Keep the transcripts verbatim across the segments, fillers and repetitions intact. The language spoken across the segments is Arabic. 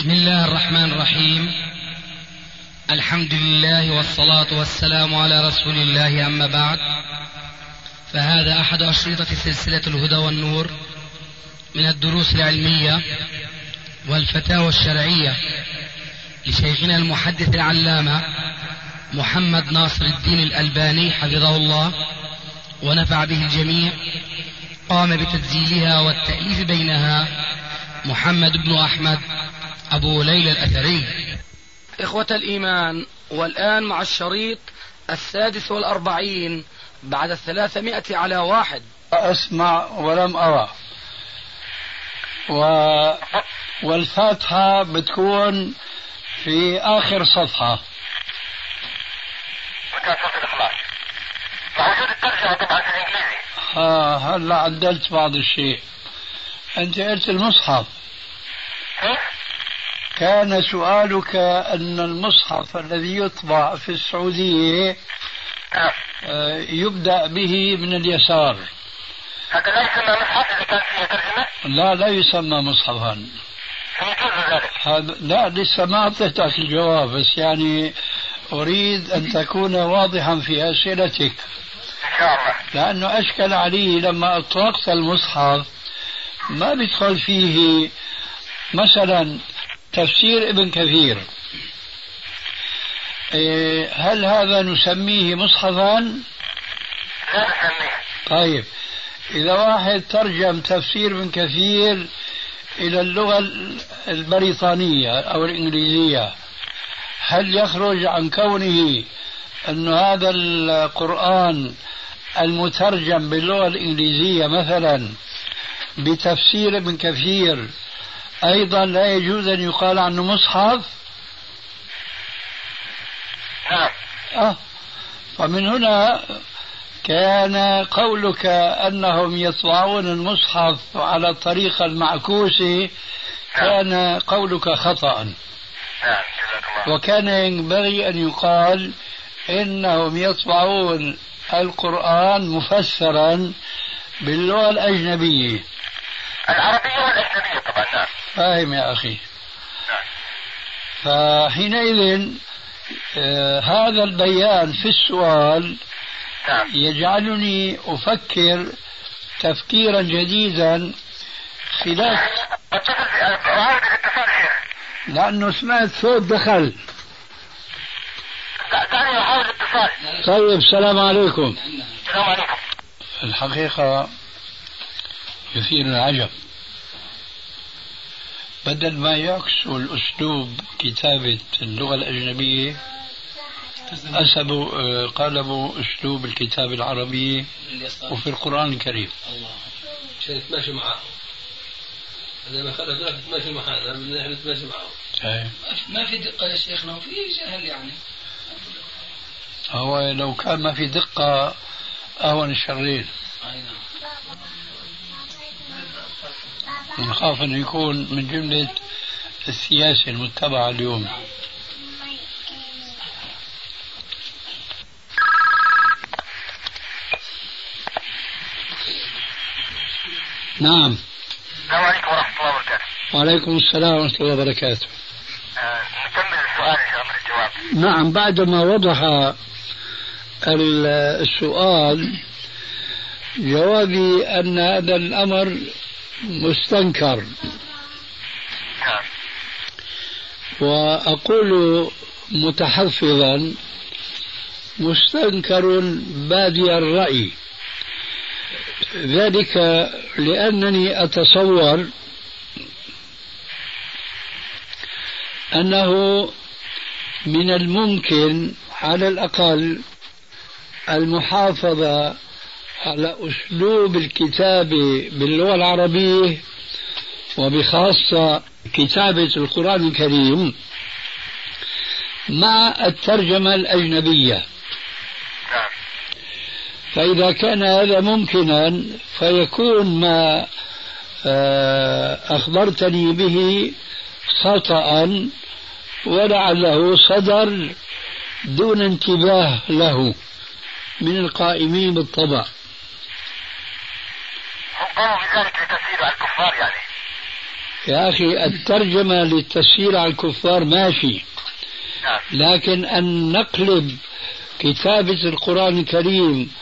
بسم الله الرحمن الرحيم. الحمد لله والصلاة والسلام على رسول الله، أما بعد، فهذا أحد أشرطة سلسلة الهدى والنور من الدروس العلمية والفتاوى الشرعية لشيخنا المحدث العلامة محمد ناصر الدين الألباني حفظه الله ونفع به الجميع. قام بتسجيلها والتأليف بينها محمد بن أحمد أبو ليلى الأثري. إخوة الإيمان، والآن مع الشريط السادس والأربعين بعد الثلاثمائة على واحد. أسمع ولم أرى، و... والفاتحة بتكون في آخر صفحة. مكان صوت الإخلاص موجود الترجمة طبعا في الإنجليزي. ها هلا عدلت بعض الشيء. أنت قلت المصحف. كيف؟ كان سؤالك أن المصحف الذي يطبع في السعودية آه يبدأ به من اليسار. هذا لا يسمى مصحف إذا كان فيه ترجمة؟ لا لا يسمى مصحفا. يجوز ذلك؟ هذا لا، لسه ما أعطيتك الجواب، بس يعني أريد أن تكون واضحا في أسئلتك إن شاء الله، لأنه أشكل علي لما أطلقت المصحف ما بيدخل فيه مثلا تفسير ابن كثير. هل هذا نسميه مصحفا؟ لا نسميه. طيب، إذا واحد ترجم تفسير ابن كثير إلى اللغة البريطانية أو الإنجليزية، هل يخرج عن كونه أن هذا القرآن المترجم باللغة الإنجليزية مثلا بتفسير ابن كثير أيضا لا يجوز أن يقال عنه مصحف؟ نعم. آه. فمن هنا كان قولك أنهم يطبعون المصحف على الطريقة المعكوسة كان قولك خطأ. نعم. وكان ينبغي أن يقال إنهم يطبعون القرآن مفسرا باللغة الأجنبية العربية والأجنبية طبعا. نعم. فاهم يا أخي؟ نعم. فحينئذ آه هذا البيان في السؤال نعم. يجعلني أفكر تفكيرا جديدا خلاف. اتصل أعاود الاتصال شيخ لأنه سمعت صوت دخل. دعني أحاول الاتصال. طيب، السلام عليكم. السلام عليكم. الحقيقة يثير العجب، بدل ما يعكسوا الأسلوب كتابة اللغة الأجنبية أسبوا قلبوا أسلوب الكتابة العربية وفي القرآن الكريم. الله عشان يتماشوا معه. هذا ما خلى ذلك تتماشوا معه، نحن نتماشى معه. ما في دقة يا شيخنا وفي جهل يعني. هو لو كان ما في دقة أهون الشرين. نخاف أن يكون من جملة السياسة المتبعة اليوم. نعم. السلام عليكم ورحمة الله وبركاته. وعليكم السلام ورحمة الله وبركاته. آه، نكمل السؤال إن شاء الله الجواب. نعم، بعدما وضح السؤال جوابي أن هذا الأمر مستنكر. نعم. وأقول متحفظا مستنكر بادي الرأي، ذلك لأنني أتصور أنه من الممكن على الأقل المحافظة على أسلوب الكتابة باللغة العربية وبخاصة كتابة القرآن الكريم مع الترجمة الأجنبية. فإذا كان هذا ممكنا فيكون ما أخبرتني به خطأ ولعله صدر دون انتباه له من القائمين بالطبع. هم قاموا بذلك لتسهيل على الكفار يعني. يا أخي الترجمة للتسهيل على الكفار ماشي، لكن أن نقلب كتابة القرآن الكريم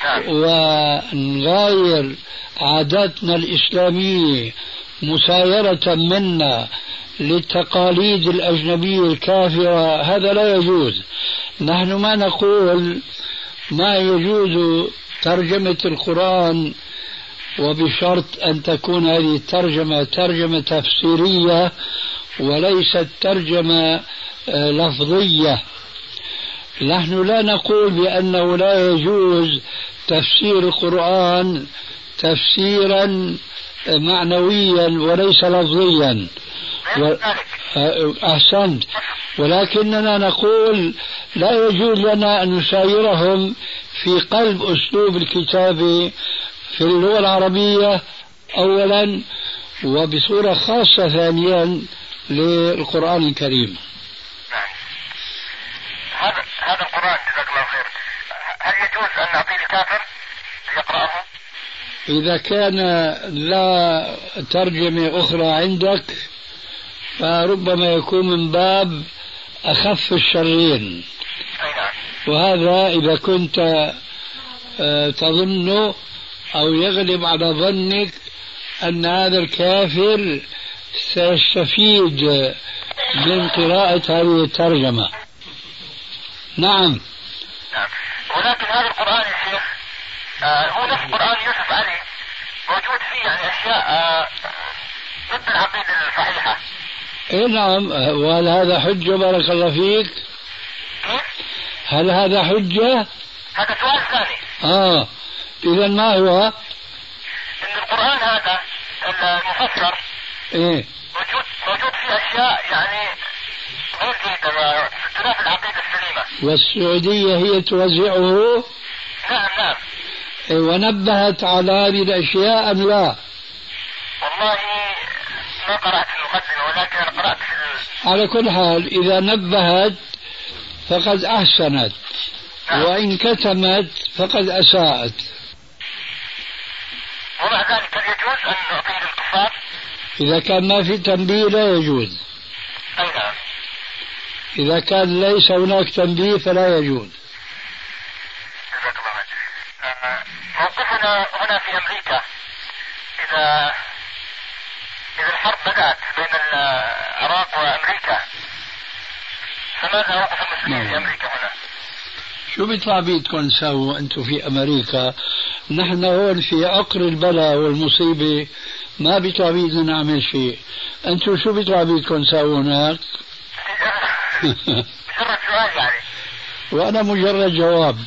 ونغير عاداتنا الإسلامية مسايرة منا للتقاليد الأجنبية الكافرة، هذا لا يجوز. نحن ما نقول ما يجوز ترجمة القرآن وبشرط أن تكون هذه الترجمة ترجمة تفسيرية وليست ترجمة لفظية. نحن لا نقول بأنه لا يجوز تفسير القرآن تفسيرا معنويا وليس لفظيا و... أحسنت، ولكننا نقول لا يجوز لنا أن نسايرهم في قلب أسلوب الكتابة في اللغة العربية أولا، وبصورة خاصة ثانيا للقرآن الكريم. هذا هذا القرآن جزاك الله خير، هل يجوز أن نعطيه الكافر يقرأه؟ إذا كان لا ترجمة أخرى عندك فربما يكون من باب أخف الشرين، وهذا إذا كنت تظن أو يغلب على ظنك أن هذا الكافر سيستفيد من قراءة هذه الترجمة. نعم. نعم. ولكن هذا القرآن يا شيخ آه هو نفس قرآن يوسف علي، موجود فيه يعني أشياء آه ضد العقيدة الصحيحة. إيه نعم. وهل هذا حجة بارك الله فيك؟ كيف؟ هل هذا حجة؟ هذا سؤال ثاني. آه إذا ما هو؟ إن القرآن هذا المفسر إيه موجود موجود فيه أشياء يعني غير جيدة اختلاف العقيدة السليمة. والسعودية هي توزعه؟ نعم نعم. إيه ونبهت على هذه الأشياء أم لا؟ والله ما قرأت المقدمة، ولكن أنا قرأت في ال... على كل حال إذا نبهت فقد أحسنت، نعم. وإن كتمت فقد أساءت. ومع ذلك هل يجوز أن نعطيه للكفار؟ إذا كان ما في تنبيه لا يجوز. أي نعم. إذا كان ليس هناك تنبيه فلا يجوز. جزاك الله خير. موقفنا هنا في أمريكا إذا إذا الحرب بدأت بين العراق وأمريكا، فماذا موقف المسلمين نعم. في أمريكا هنا؟ شو بيطلع بيدكم تسووا أنتم في أمريكا؟ نحن هون في عقر البلاء والمصيبة ما بيطلع بيدنا نعمل شيء. أنتم شو بيطلع بيدكم تسووا هناك؟ مجرد سؤال يعني. وأنا مجرد جواب.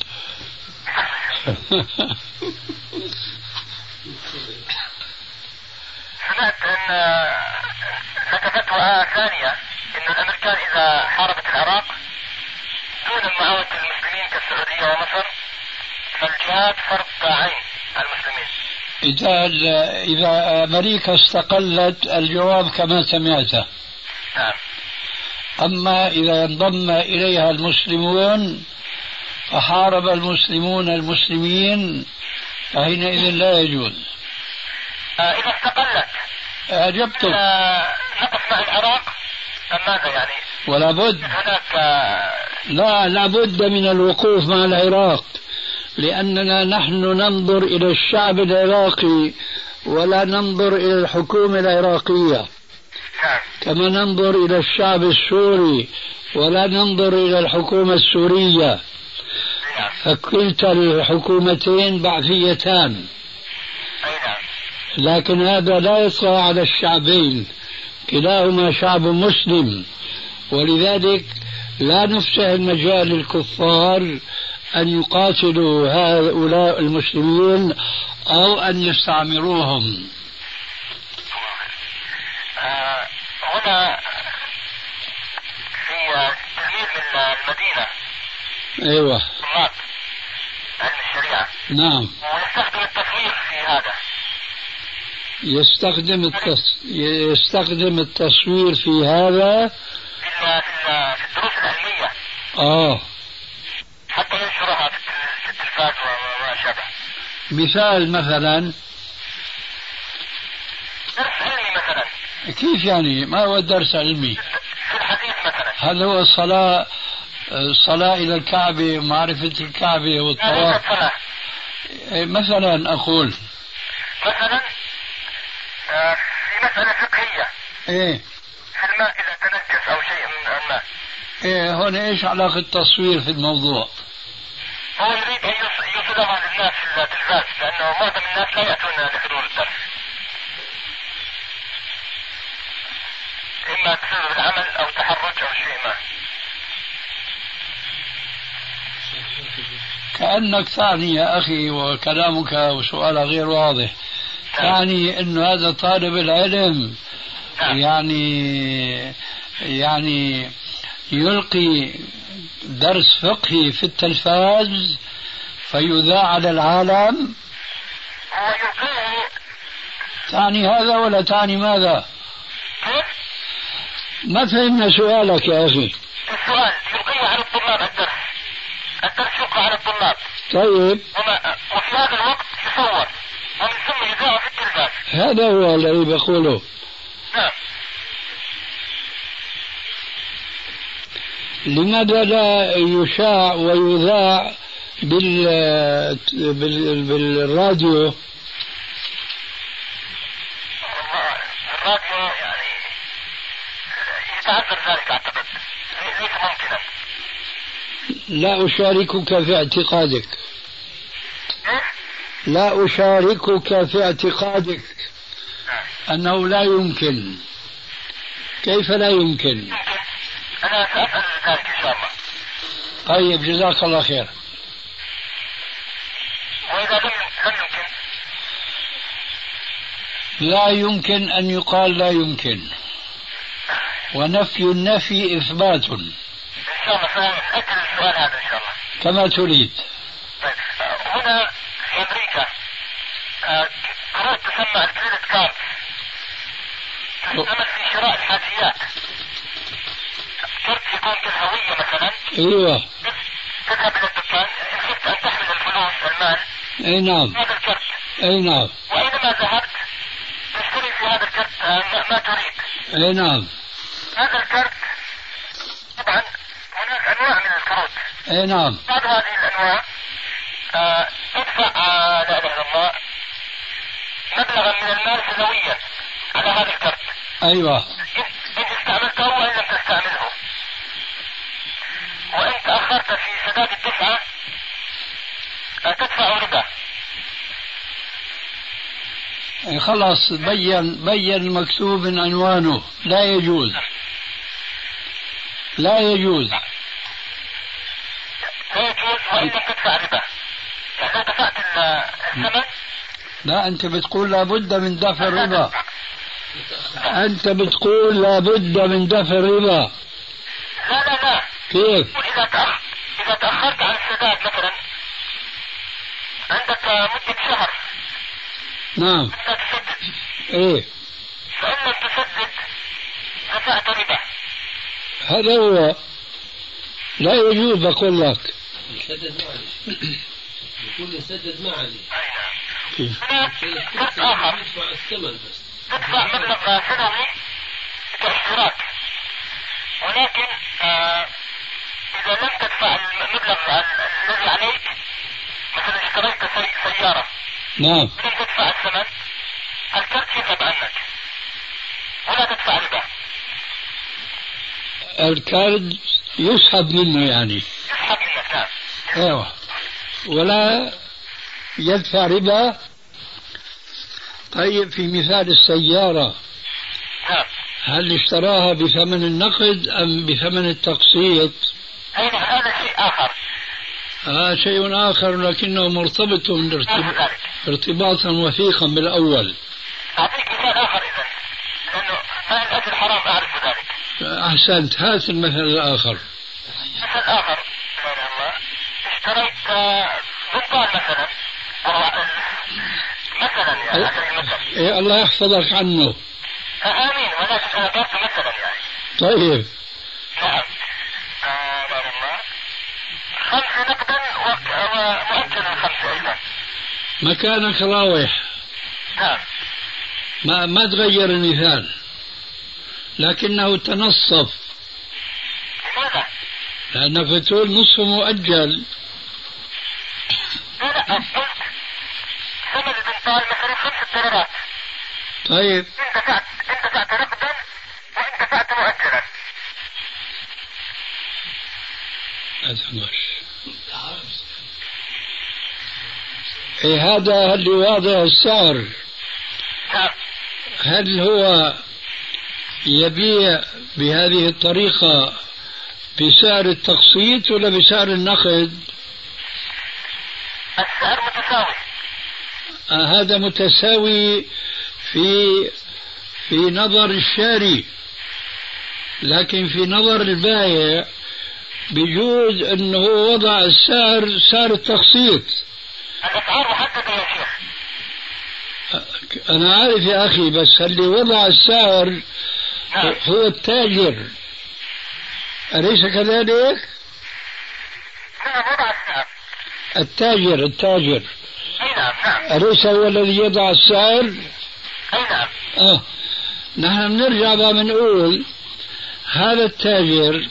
سمعت أن لك فتوى ثانية أن الأمريكان إذا حاربت العراق دون معاونة المسلمين كالسعودية ومصر فالجهاد فرض عين على المسلمين. إذا إذا أمريكا استقلت الجواب كما سمعته. نعم. أما إذا انضم إليها المسلمون فحارب المسلمون المسلمين فحينئذ لا يجوز. آه إذا استقلت أجبت. نقف مع العراق أم ماذا يعني؟ ولا بد هناك آه لا لابد من الوقوف مع العراق، لأننا نحن ننظر إلى الشعب العراقي ولا ننظر إلى الحكومة العراقية. نعم. كما ننظر إلى الشعب السوري ولا ننظر إلى الحكومة السورية. نعم. فكلتا الحكومتين بعثيتان. أي نعم. لكن هذا لا يطغى على الشعبين، كلاهما شعب مسلم، ولذلك لا نفتح المجال للكفار أن يقاتلوا هؤلاء المسلمين أو أن يستعمروهم. آه هنا في تلميذ من المدينة. أيوة. طلاب علم الشريعة. نعم. ويستخدم التصوير في هذا. يستخدم التص... يستخدم التصوير في هذا في ال... في, في الدروس العلمية. آه. حتى ينشرها في التلفاز وما شابه. مثال مثلا درس علمي مثلا كيف يعني؟ ما هو الدرس علمي؟ في الحديث مثلا. هل هو الصلاة الصلاة إلى الكعبة ومعرفة الكعبة والطواف؟ مثلا أقول مثلا آه في مسألة فقهية. إيه؟ في الماء إذا تنجس أو شيء من الماء. إيه هون إيش علاقة التصوير في الموضوع؟ هو يريد أن يصدر للناس في التلفاز لأنه معظم الناس لا يأتون لحضور الدرس. إما بسبب العمل أو تحرج أو شيء ما. كأنك تعني يا أخي وكلامك وسؤالك غير واضح. تعني أنه هذا طالب العلم يعني يعني يلقي درس فقهي في التلفاز فيذاع على العالم. هو يلقيه. تعني هذا ولا تعني ماذا؟ كيف؟ ما فهمنا سؤالك يا أخي. السؤال يلقيه على الطلاب الدرس. الدرس يلقى على الطلاب. طيب. وما وفي هذا الوقت يصور ومن ثم يذاع في التلفاز. هذا هو الذي بقوله. نعم. لماذا لا يشاع ويذاع بال... بال... بالراديو؟ الراديو يعني يتعذر ذلك أعتقد ليس ممكنا. لا أشاركك في اعتقادك. لا أشاركك في اعتقادك أنه لا يمكن. كيف لا يمكن؟ أنا سأسأل ذلك إن شاء الله. طيب جزاك الله خير. وإذا لم يمكن لا يمكن أن يقال لا يمكن، ونفي النفي إثبات. إن شاء الله سأجل السؤال هذا إن شاء الله كما تريد. طيب هنا في أمريكا كروت تسمى الكريدت كارد تستعمل في شراء الحاجيات. كرت يكون كالهوية مثلا. ايوه. تذهب إلى الدكان إن خفت أن تحمل الفلوس المال. اي نعم. هذا الكرت. اي نعم. وأينما ذهبت تشتري في هذا الكرت ما تريد. اي نعم. هذا الكرت طبعا هناك أنواع من الكروت. اي نعم. بعض هذه الأنواع آه تدفع آه لا إله إلا الله مبلغا من المال سنويا على هذا الكرت. أيوة. إن استعملته وإن لم تستعمله، وإن تأخرت في سداد الدفعة تدفع ربا. خلاص بين بين المكتوب من عنوانه. لا يجوز. لا يجوز. لا يجوز وإن لم تدفع ربا. يعني إذا دفعت الثمن. لا أنت بتقول لابد من دفع الربا. أنت بتقول لابد من دفع الربا. لا لا لا. كيف؟ إذا تأخ... إذا تأخرت عن السداد مثلا عندك مدة شهر. نعم. أنت تسدد. إيه. فإن لم تسدد دفعت ربا. هذا هو. لا يجوز بقول لك. يسدد معلش. يقول يسدد معلش. هناك كرت آخر يدفع الثمن بس. تدفع مبلغ سنوي كاشتراك، ولكن آه إذا لم تدفع المبلغ الذي عليك، مثلا اشتريت سي... سيارة. نعم. ولم تدفع الثمن، الكرت يذهب عنك ولا تدفع ربا. الكارد يسحب منه يعني. يسحب منك. نعم. ايوه. ولا يدفع ربا. طيب في مثال السيارة. نعم. هل اشتراها بثمن النقد أم بثمن التقسيط؟ أين هذا شيء آخر. آه شيء آخر لكنه مرتبط ارتب... ارتباطا وثيقا بالأول. أعطيك مثال آخر إذن، لأنه ما الأجل حرام أعرف ذلك. أحسنت. هات المثل الآخر. مثل آخر لا الله اشتريت بنطال مثلا مثلا يعني مثل. إيه الله يحفظك عنه. آمين. ولكن أنا ضربت مثلا يعني. طيب. نعم. آه لا الله خمسة نقدا ومؤجلا خمسة أيضا. مكانك راوح. نعم. ما ما تغير المثال. لكنه تنصف. لماذا؟ لأنك تقول نصف مؤجل. لا لا قلت ثمن البنطال مثلا خمس دولارات. طيب إن دفعت إن دفعت نقدا وإن دفعت مؤجلا. إيه هذا اللي واضح السعر. هل هو يبيع بهذه الطريقة بسعر التقسيط ولا بسعر النقد؟ السعر متساوي. آه هذا متساوي في في نظر الشاري، لكن في نظر البائع بيجوز انه وضع السعر سعر التقسيط. الاسعار محددة يا شيخ. انا عارف يا اخي، بس اللي وضع السعر هو التاجر، أليس كذلك؟ نعم وضع السعر. التاجر التاجر اي نعم نعم. أليس هو الذي يضع السعر؟ اي نعم. اه نحن بنرجع بقى بنقول هذا التاجر،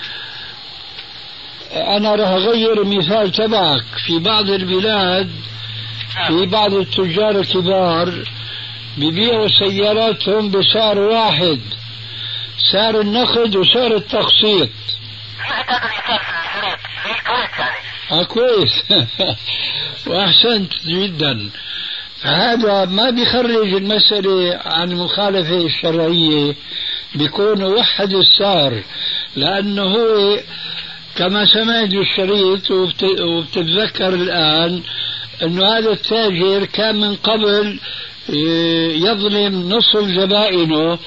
أنا راح أغير المثال تبعك. في بعض البلاد في بعض التجار الكبار بيبيعوا سياراتهم بسعر واحد، سعر النقد وسعر التقسيط. سمعت هذا المثال في الشريط في الكويت يعني. اه كويس. وأحسنت جدا. فهذا ما بيخرج المسألة عن المخالفة الشرعية، بيكون وحد السعر، لأنه هو كما سمعت بالشريط وبتتذكر الآن أنه هذا التاجر كان من قبل يظلم نصف زبائنه،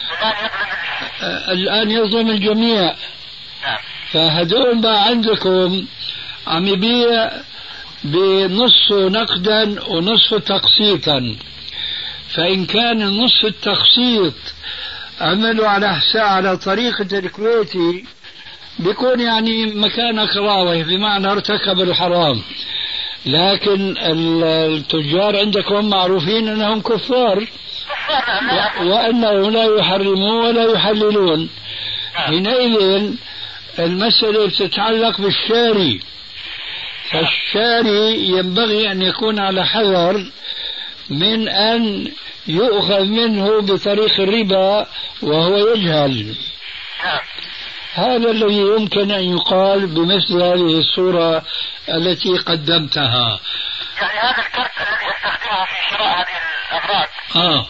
الآن يظلم الجميع. فهدول بقى عندكم عم يبيع بنصف نقدا ونصف تقسيطا، فإن كان النصف التقسيط عملوا على على طريقة الكويتي بيكون يعني مكان كراوة، بمعنى ارتكب الحرام. لكن التجار عندكم معروفين أنهم كفار وأنه لا يحرمون ولا يحللون. حينئذ المسألة تتعلق بالشاري، فالشاري ينبغي أن يكون على حذر من أن يؤخذ منه بطريق الربا وهو يجهل. هذا الذي يمكن أن يقال بمثل هذه الصورة التي قدمتها. يعني هذا الكرت الذي يستخدمه في شراء هذه الأغراض آه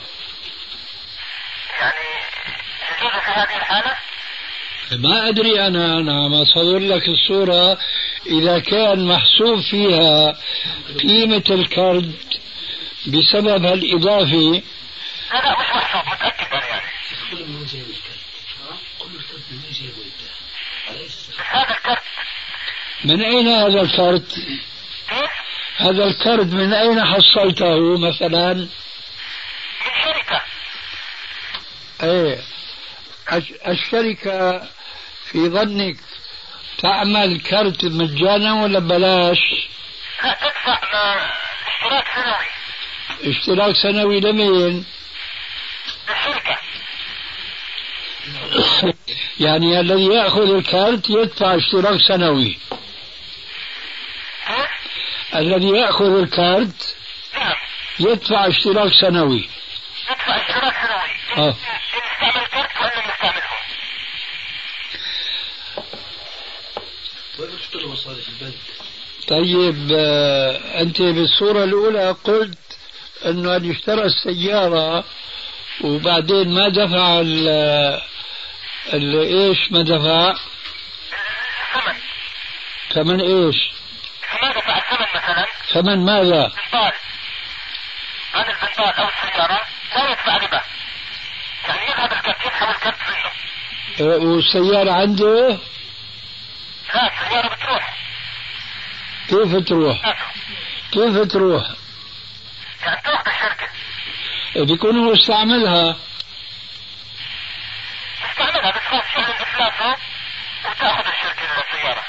يعني يجوز في هذه الحالة؟ ما أدري أنا أنا ما أصور لك الصورة إذا كان محسوب فيها قيمة الكرد بسبب الإضافة. لا لا مش محسوب، متأكد أنا يعني. كل من جايب الكرد، كل الكرد من جايبه أنت. بس هذا الكرد من أين هذا الكرد؟ هذا الكرد من أين حصلته مثلا؟ من شركة. ايه الشركة في ظنك تعمل كرت مجانا ولا ببلاش؟ لا تدفع اشتراك سنوي. اشتراك سنوي لمين؟ للشركة. يعني الذي يأخذ الكرت يدفع اشتراك سنوي. ها؟ الذي يأخذ الكرت نعم يدفع اشتراك سنوي. يدفع اشتراك سنوي. اه إن استعمل كرت وإن لم يستعمله. وين بتحط له مصاري في البنك؟ طيب آه أنت بالصورة الأولى قلت أنه اللي اشترى السيارة وبعدين ما دفع ال ال إيش ما دفع؟ الثمن. ثمن إيش؟ ما دفع الثمن مثلا. ثمن ماذا؟ بنطال. هذا البنطال أو السيارة لا يدفع ربا. يعني يذهب الكرت يسحب الكرت منه. آه والسيارة عنده؟ لا السيارة بتروح. كيف تروح؟ كيف تروح؟ يعني تروح بالشركة. بيكون هو استعملها. استعملها بتفوت شهر إفلاسه وتأخذ الشركة السيارة.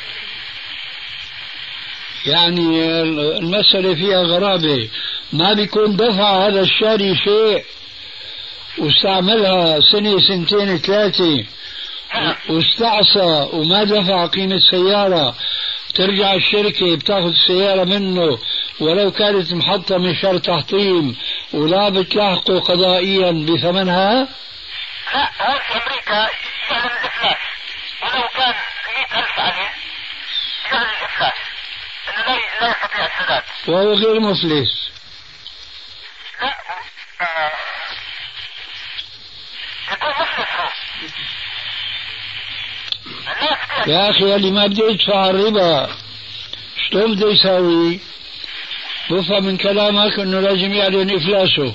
يعني المسألة فيها غرابة، ما بيكون دفع هذا الشاري شيء واستعملها سنة سنتين ثلاثة واستعصى وما دفع قيمة السيارة، ترجع الشركة بتاخذ السيارة منه ولو كانت محطة من شر تحطيم ولا بتلاحقه قضائيا بثمنها؟ لا، هون في أمريكا يعلن الإفلاس، ولو كان مئة ألف عليه يعلن الإفلاس، إنه لا لا يستطيع السداد وهو غير مفلس. لا، آه يكون مفلس هو. يا أخي اللي ما بده يدفع الربا شلون بده يساوي؟ بفهم من كلامك أنه لازم يعلن إفلاسه.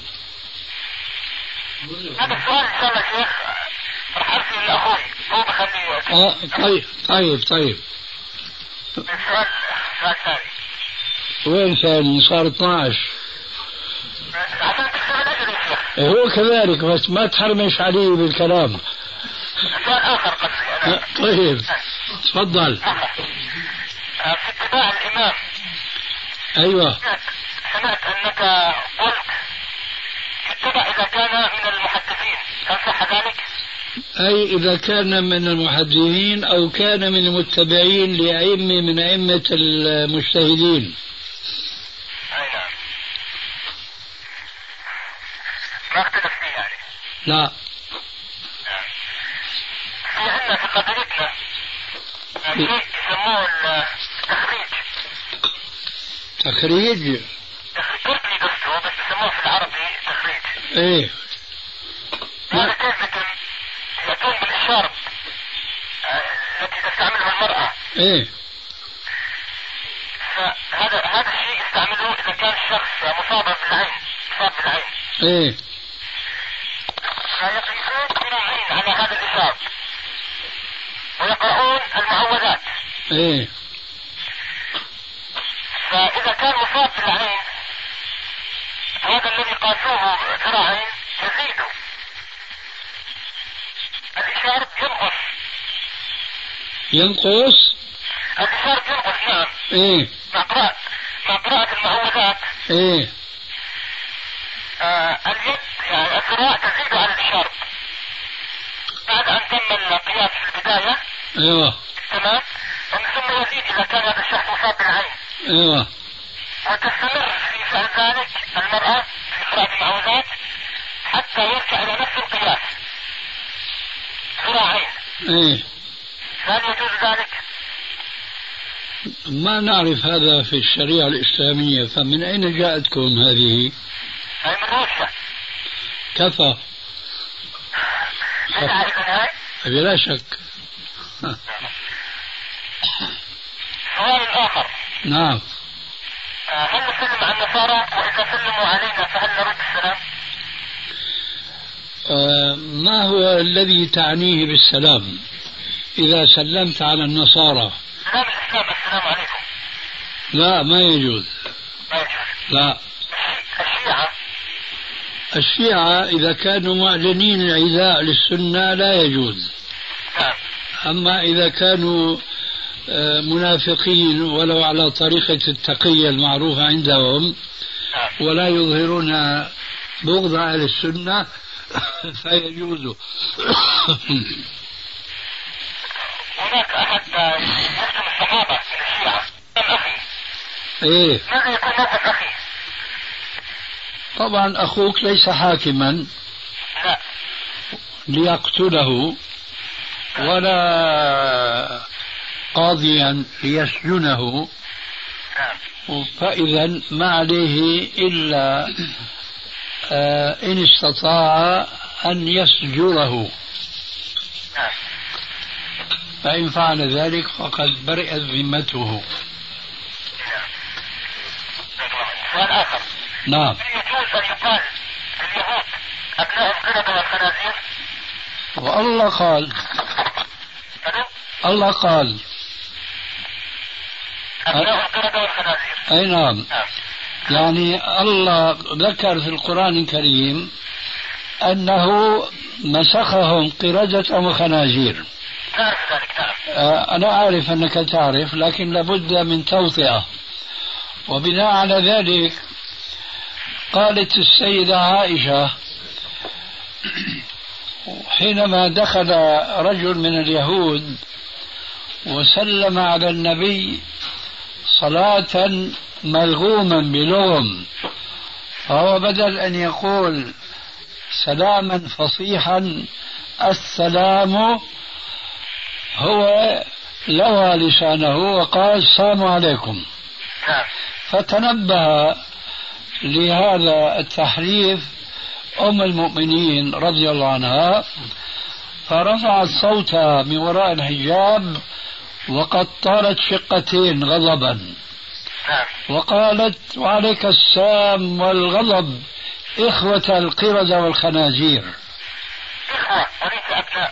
هذا السؤال إن شاء الله شيخ رح أرسل لأخوي، هو بخليه. آه طيب طيب طيب. السؤال السؤال الثاني. وين ثاني؟ صار اثنعش. عشان تكسب الأجر يا شيخ. هو كذلك بس ما تحرمش عليه بالكلام. سؤال آخر قصدي أنا. طيب تفضل. في اتباع الإمام. أيوة. سمعت أنك قلت اتبع إذا كان من المحدثين، هل صح ذلك؟ أي إذا كان من المحدثين أو كان من المتبعين لأئمة من أئمة المجتهدين. أي نعم. ما اختلف فيه يعني. لا. في عندنا في قبيلتنا شيء يسموه التخريج. تخريج؟ تركي قصته بس يسموه في العربي تخريج. ايه. هذا كيف يتم؟ يأتون بالإشارة التي تستعملها المرأة. ايه. فهذا هذا الشيء يستعمله إذا كان الشخص مصاب بالعين، مصاب بالعين. ايه. فيقيسون قراءين على هذا الإشارة ويقرؤون المعوذات. ايه. فإذا كان مصاب بالعين هذا الذي قاسوه ذراعين يزيده الإشارة ينقص. ينقص؟ الإشارة ينقص نعم. ايه. مع قراءة مع قراءة المعوذات. ايه. آه اليد يعني الذراع تزيد على الإشارة بعد أن تم القياس في البداية. ايوه. تمام. ثم يزيد إذا كان هذا الشخص مصاب بالعين. ايوه. وتستمر في فعل ذلك المرأة في قراءة المعوذات حتى يرجع إلى نفس القياس ذراعين. ايه. هل يجوز ذلك؟ ما نعرف هذا في الشريعة الإسلامية، فمن أين جاءتكم هذه؟ هي من روسيا. كفى. بدعة إذن هاي؟ بلا شك. سؤال آخر. نعم. هل نسلم على النصارى وإذا سلموا علينا فهل نرد السلام؟ آه ما هو الذي تعنيه بالسلام إذا سلمت على النصارى؟ سلام الإسلام السلام عليكم. لا ما يجوز. ما يجوز. لا. الشيعة الشيعة إذا كانوا معلنين العداء للسنة لا يجوز. نعم. أما إذا كانوا منافقين ولو على طريقة التقية المعروفة عندهم ولا يظهرون بغض أهل السنة فيجوز. هناك أحد مسلم الصحابة من الشيعة أخي. إيه. ماذا يكون موقف أخي؟ طبعا أخوك ليس حاكما لا ليقتله ولا قاضيا ليسجنه، فإذا ما عليه إلا آه إن استطاع أن يسجره، فإن فعل ذلك فقد برئت ذمته. سؤال آخر. نعم. يجوز أن يقال اليهود أبناء القردة والخنازير؟ والله قال. الله قال أبناء القردة والخنازير. أي نعم. يعني الله ذكر في القرآن الكريم أنه مسخهم قردة وخنازير. تعرف ذلك؟ نعم. أنا أعرف أنك تعرف، لكن لابد من توطئة. وبناء على ذلك قالت السيدة عائشة حينما دخل رجل من اليهود وسلم على النبي صلاة ملغوما بلغم، فهو بدل أن يقول سلاما فصيحا السلام، هو لوى لسانه وقال السلام عليكم. فتنبه لهذا التحريف أم المؤمنين رضي الله عنها، فرفعت صوتها من وراء الحجاب وقد طالت شقتين غضبا، وقالت وعليك السام والغضب إخوة القردة والخنازير. إخوة وليس أبناء.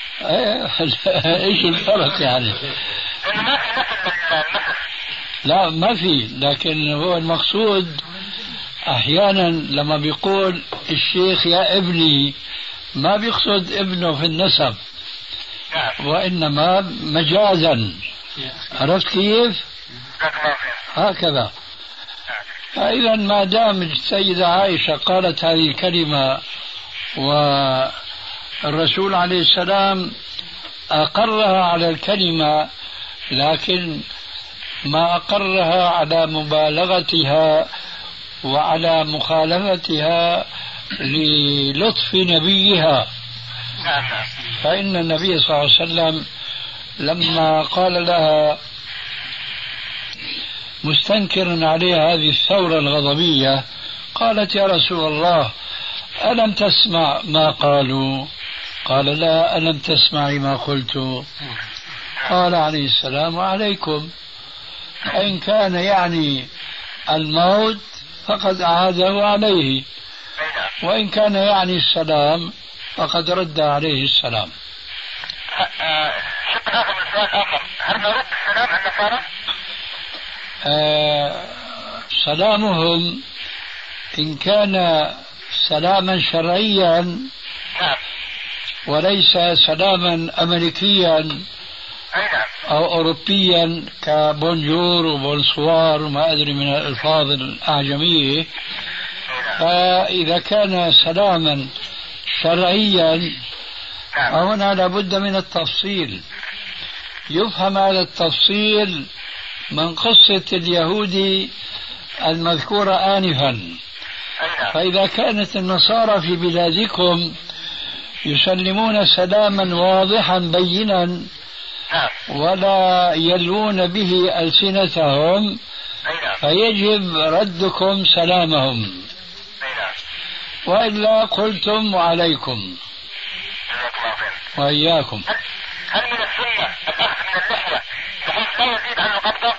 إيش الفرق يعني؟ ما في نفس المثل. لا ما في، لكن هو المقصود أحيانا لما بيقول الشيخ يا ابني ما بيقصد ابنه في النسب، وإنما مجازا. عرفت كيف؟ هكذا. فإذا ما دام السيدة عائشة قالت هذه الكلمة والرسول عليه السلام أقرها على الكلمة، لكن ما أقرها على مبالغتها وعلى مخالفتها للطف نبيها، فإن النبي صلى الله عليه وسلم لما قال لها مستنكرا عليها هذه الثورة الغضبية قالت يا رسول الله ألم تسمع ما قالوا؟ قال لا ألم تسمعي ما قلت؟ قال عليه السلام وعليكم. إن كان يعني الموت فقد أعاده عليه، وإن كان يعني السلام فقد رد عليه السلام. شق آخر من سؤال آخر، هل نرد السلام عن النصارى؟ آه سلامهم إن كان سلاما شرعيا وليس سلاما أمريكيا أو أوروبيا كبونجور وبونسوار وما أدري من الألفاظ الأعجمية، فإذا كان سلاما شرعيا فهنا لابد من التفصيل. يفهم هذا التفصيل من قصة اليهودي المذكورة آنفا. فإذا كانت النصارى في بلادكم يسلمون سلاما واضحا بينا ولا يلوون به ألسنتهم، فيجب ردكم سلامهم، وإلا قلتم وعليكم وإياكم. هل من السنة الأخذ من اللحية بحيث لا يزيد عن القبضة؟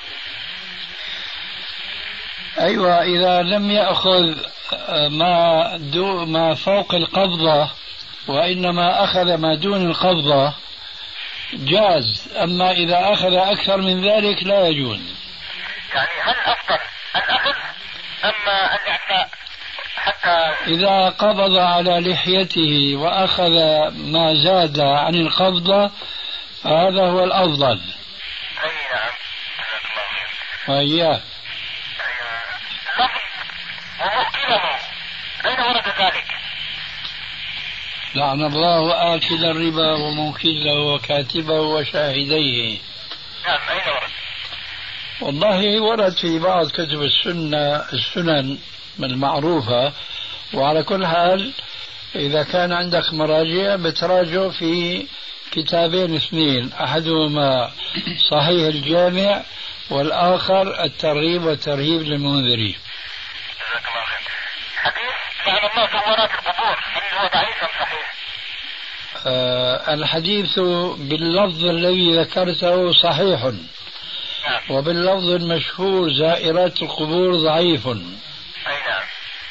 أيوة، إذا لم يأخذ ما, دو ما فوق القبضة وإنما أخذ ما دون القبضة جاز، أما إذا أخذ أكثر من ذلك لا يجوز. يعني هل أفضل الأخذ أما الإعفاء؟ حتى إذا قبض على لحيته وأخذ ما زاد عن القبضة فهذا هو الأفضل. أي نعم. وإياه. لفظ وموكله أين ورد ذلك؟ لعن الله آكل الربا وموكله وكاتبه وشاهديه. نعم، أين ورد؟ والله ورد في بعض كتب السنة السنن المعروفة، وعلى كل حال إذا كان عندك مراجع بتراجع في كتابين اثنين، أحدهما صحيح الجامع والآخر الترغيب والترهيب للمنذري. حديث لعن الله زوارات القبور هل هو ضعيف أم صحيح؟ آه الحديث باللفظ الذي ذكرته صحيح، نعم. وباللفظ المشهور زائرات القبور ضعيف. أي نعم.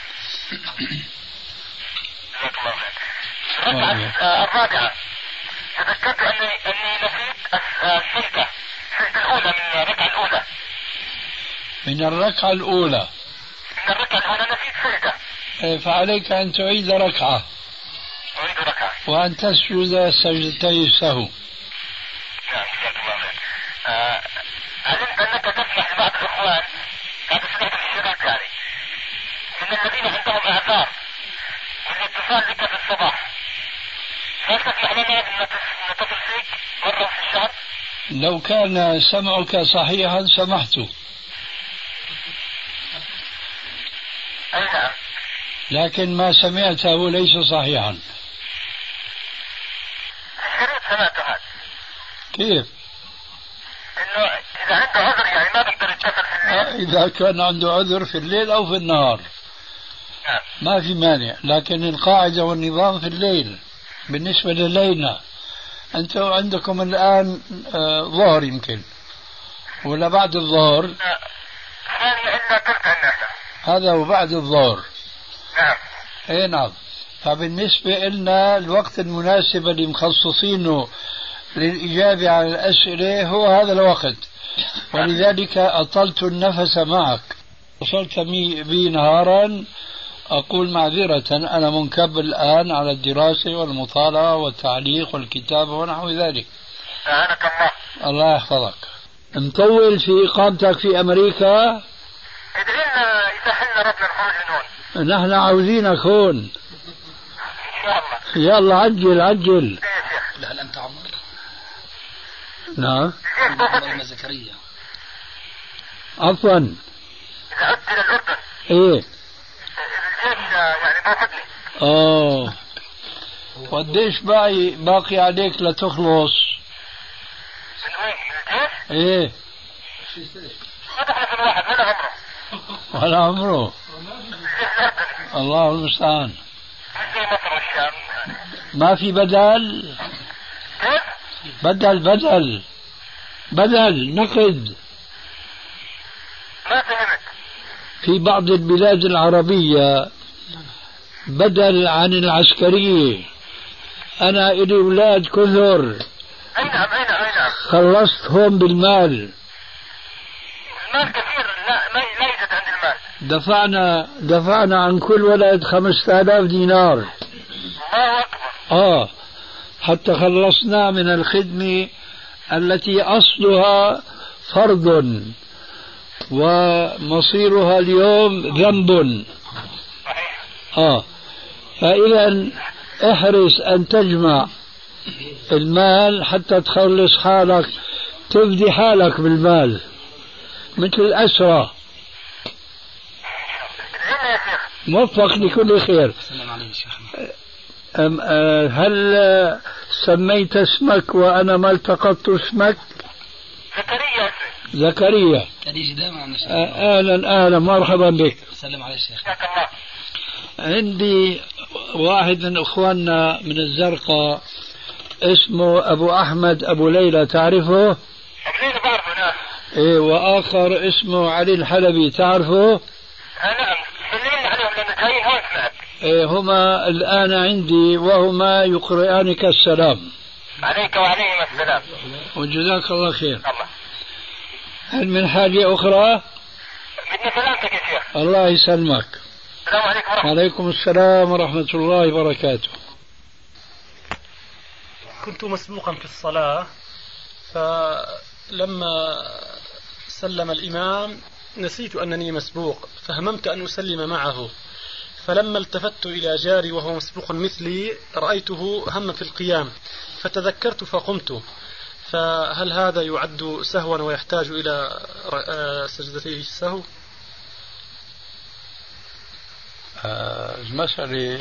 الركعة الرابعة تذكرت أني أني نسيت السجدة السجدة الأولى من الركعة الأولى. من الركعة الأولى. من الركعة الأولى نسيت سجدة. فعليك أن تعيد ركعة. أعيد ركعة. وأن تسجد سجدتي السهو. نعم، جزاك الله خير. آه، علمت أنك تسمح لبعض الإخوان هذا سمعت الشباب يعني من الذين عندهم أعذار والاتصال بك في الصباح هل تسمح لنا أن نتصل فيك مرة في الشهر؟ لو كان سمعك صحيحا سمحت. أي نعم. لكن ما سمعته ليس صحيحا. الشريط سمعته هذا. كيف؟ إنه إذا عنده عذر يعني ما بيقدر يتصل في الليل. إذا كان عنده عذر في الليل أو في النهار نعم. ما في مانع، لكن القاعدة والنظام في الليل. بالنسبة لليلنا أنتم عندكم الآن آه ظهر يمكن ولا بعد الظهر؟ ثانية إلا ثلث عندنا. هذا هو بعد الظهر. نعم. اي نعم. فبالنسبة لنا الوقت المناسب اللي مخصصينه للإجابة على الأسئلة هو هذا الوقت، ولذلك أطلت النفس معك. وصلت بي نهارا أقول معذرة أنا منكب الآن على الدراسة والمطالعة والتعليق والكتابة ونحو ذلك. أعانك الله. الله يحفظك. مطول في إقامتك في أمريكا؟ ادعي لنا إذا حلنا ربنا الخروج من هون. نحن عاوزينك هون إن شاء الله. يلا عجل عجل. لا هل أنت عمر؟ نعم. عمر زكريا. عفوا. إذا عدت إلى الأردن. إيه. الجيش يعني باخذني. آه. قديش باقي باقي عليك لتخلص؟ من وين؟ من الجيش؟ إيه. ما دخل في الواحد ولا عمره. ولا عمره. الله المستعان. زي مصر والشام. ما في بدل؟ كيف؟ بدل بدل بدل نقد. ما فهمت. في بعض البلاد العربية بدل عن العسكرية. أنا إلي أولاد كثر. أي نعم أي نعم أي نعم. خلصتهم بالمال. المال كثير. لا ما لا يوجد عندي المال. دفعنا دفعنا عن كل ولد خمسة آلاف دينار. الله أكبر. آه حتى خلصنا من الخدمة التي أصلها فرض ومصيرها اليوم ذنب. صحيح. آه فإذا احرص أن تجمع المال حتى تخلص حالك، تفدي حالك بالمال مثل الأسرى. ادعينا يا شيخ. موفق لكل خير. أم أه هل سميت اسمك وأنا ما التقطت اسمك؟ زكريا. زكريا. تريج دائما عن الشيخ. أهلا أهلا مرحبا بك. سلم على الشيخ. حياك الله. عندي واحد من إخواننا من الزرقاء اسمه أبو أحمد أبو ليلى، تعرفه؟ أبو ليلى بعرفه نعم. إيه، وآخر اسمه علي الحلبي، تعرفه؟ آه نعم سلمنا عليهم لأنه جايين هون سمعت. إيه، هما الآن عندي وهما يقرئانك السلام. عليك وعليهم السلام. وجزاك الله خير. الله. هل من حاجة أخرى؟ بدنا سلامتك يا شيخ. الله يسلمك. السلام عليكم ورحمة الله. وعليكم السلام ورحمة الله وبركاته. كنت مسبوقا في الصلاة، فلما سلم الإمام نسيت أنني مسبوق، فهممت أن أسلم معه، فلما التفت إلى جاري وهو مسبوق مثلي رأيته هم في القيام فتذكرت فقمت، فهل هذا يعد سهوا ويحتاج إلى سجدتي السهو؟ المسألة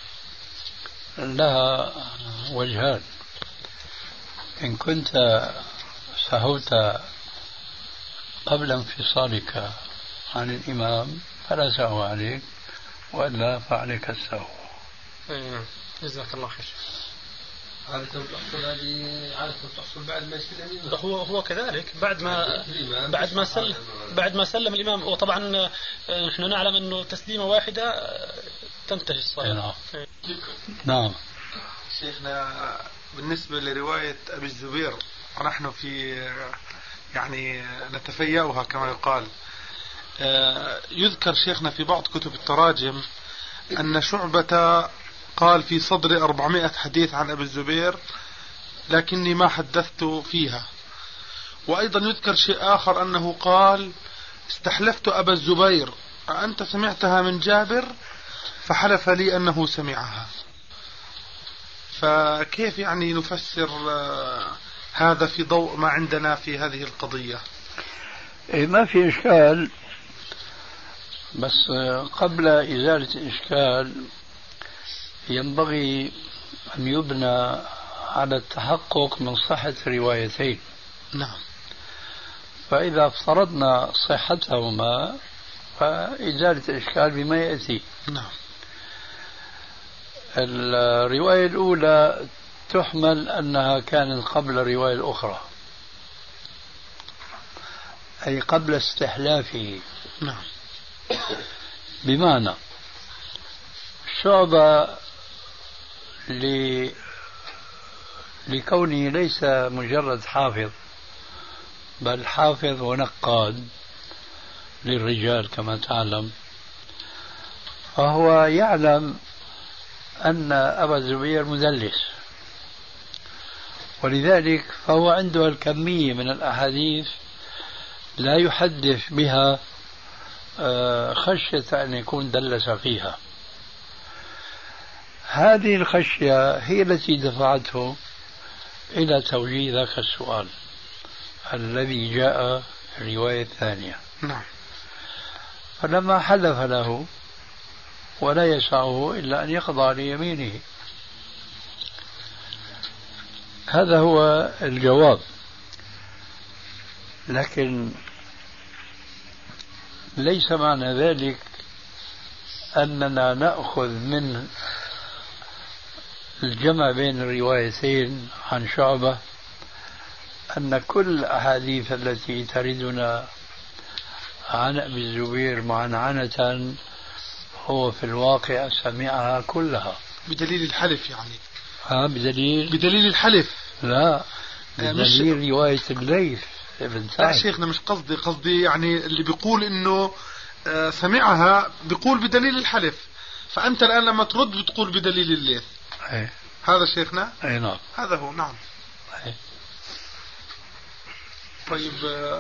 لها وجهان. إن كنت سهوت قبل انفصالك عن الإمام فلا سهو عليك، وإلا فعليك السهو. جزاك الله خير. عادة تحصل هذه عادة تحصل بعد ما يسلم. هو هو كذلك بعد ما بعد ما سلم بعد ما سلم الإمام، وطبعا نحن نعلم أنه تسليمة واحدة تنتهي الصلاة. نعم. نعم. شيخنا بالنسبة لرواية أبي الزبير ونحن في يعني نتفيأها كما يقال، يذكر شيخنا في بعض كتب التراجم أن شعبة قال في صدر أربعمائة حديث عن أبي الزبير لكني ما حدثت فيها. وأيضا يذكر شيء آخر أنه قال استحلفت أبا الزبير أنت سمعتها من جابر؟ فحلف لي أنه سمعها. فكيف يعني نفسر هذا في ضوء ما عندنا في هذه القضية؟ إيه ما في إشكال، بس قبل إزالة الإشكال ينبغي أن يبنى على التحقق من صحة الروايتين. نعم. فإذا افترضنا صحتهما فإزالة الإشكال بما يأتي. نعم. الرواية الأولى تحمل أنها كانت قبل الرواية الأخرى، أي قبل استحلافه. نعم. بمعنى شعبة ل... لكونه ليس مجرد حافظ بل حافظ ونقاد للرجال كما تعلم، فهو يعلم أن أبا الزبير مدلس، ولذلك فهو عنده الكمية من الأحاديث لا يحدث بها خشية أن يكون دلس فيها. هذه الخشية هي التي دفعته إلى توجيه ذاك السؤال الذي جاء في الرواية الثانية. نعم. فلما حلف له ولا يسعه إلا أن يخضع ليمينه، هذا هو الجواب. لكن ليس معنى ذلك أننا نأخذ من الجمع بين الروايتين عن شعبة أن كل الأحاديث التي تردنا عن أبي الزبير معنعنة هو في الواقع سمعها كلها بدليل الحلف. يعني ها بدليل بدليل الحلف. لا، بدليل مش... رواية الليث ابن سعد. لا شيخنا مش قصدي قصدي يعني اللي بيقول إنه سمعها بيقول بدليل الحلف، فأنت الآن لما ترد بتقول بدليل الليث. أي. هذا شيخنا. أي نعم. هذا هو. نعم. أي. طيب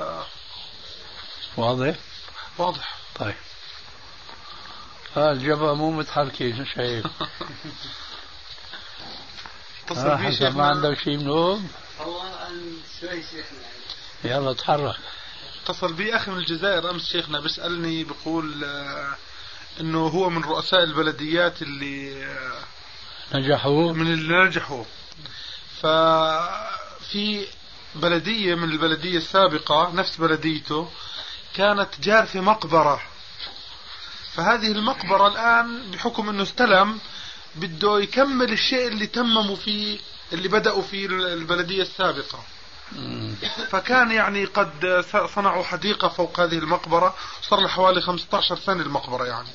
واضح. واضح. طيب ها الجبهة مو متحركة شايف. اتصل بي شيخنا. ما عندك شيء منهم؟ هو شوي شيخنا. يلا تحرك. اتصل بي أخي من الجزائر أمس شيخنا بيسألني بيقول آه إنه هو من رؤساء البلديات اللي آه نجحوا من اللي نجحوا. ففي بلدية من البلدية السابقة نفس بلديته كانت جارفة مقبرة، فهذه المقبرة الآن بحكم أنه استلم بده يكمل الشيء اللي تمموا فيه اللي بدأوا فيه البلدية السابقة. فكان يعني قد صنعوا حديقة فوق هذه المقبرة، صار له حوالي خمسة عشر سنة المقبرة يعني.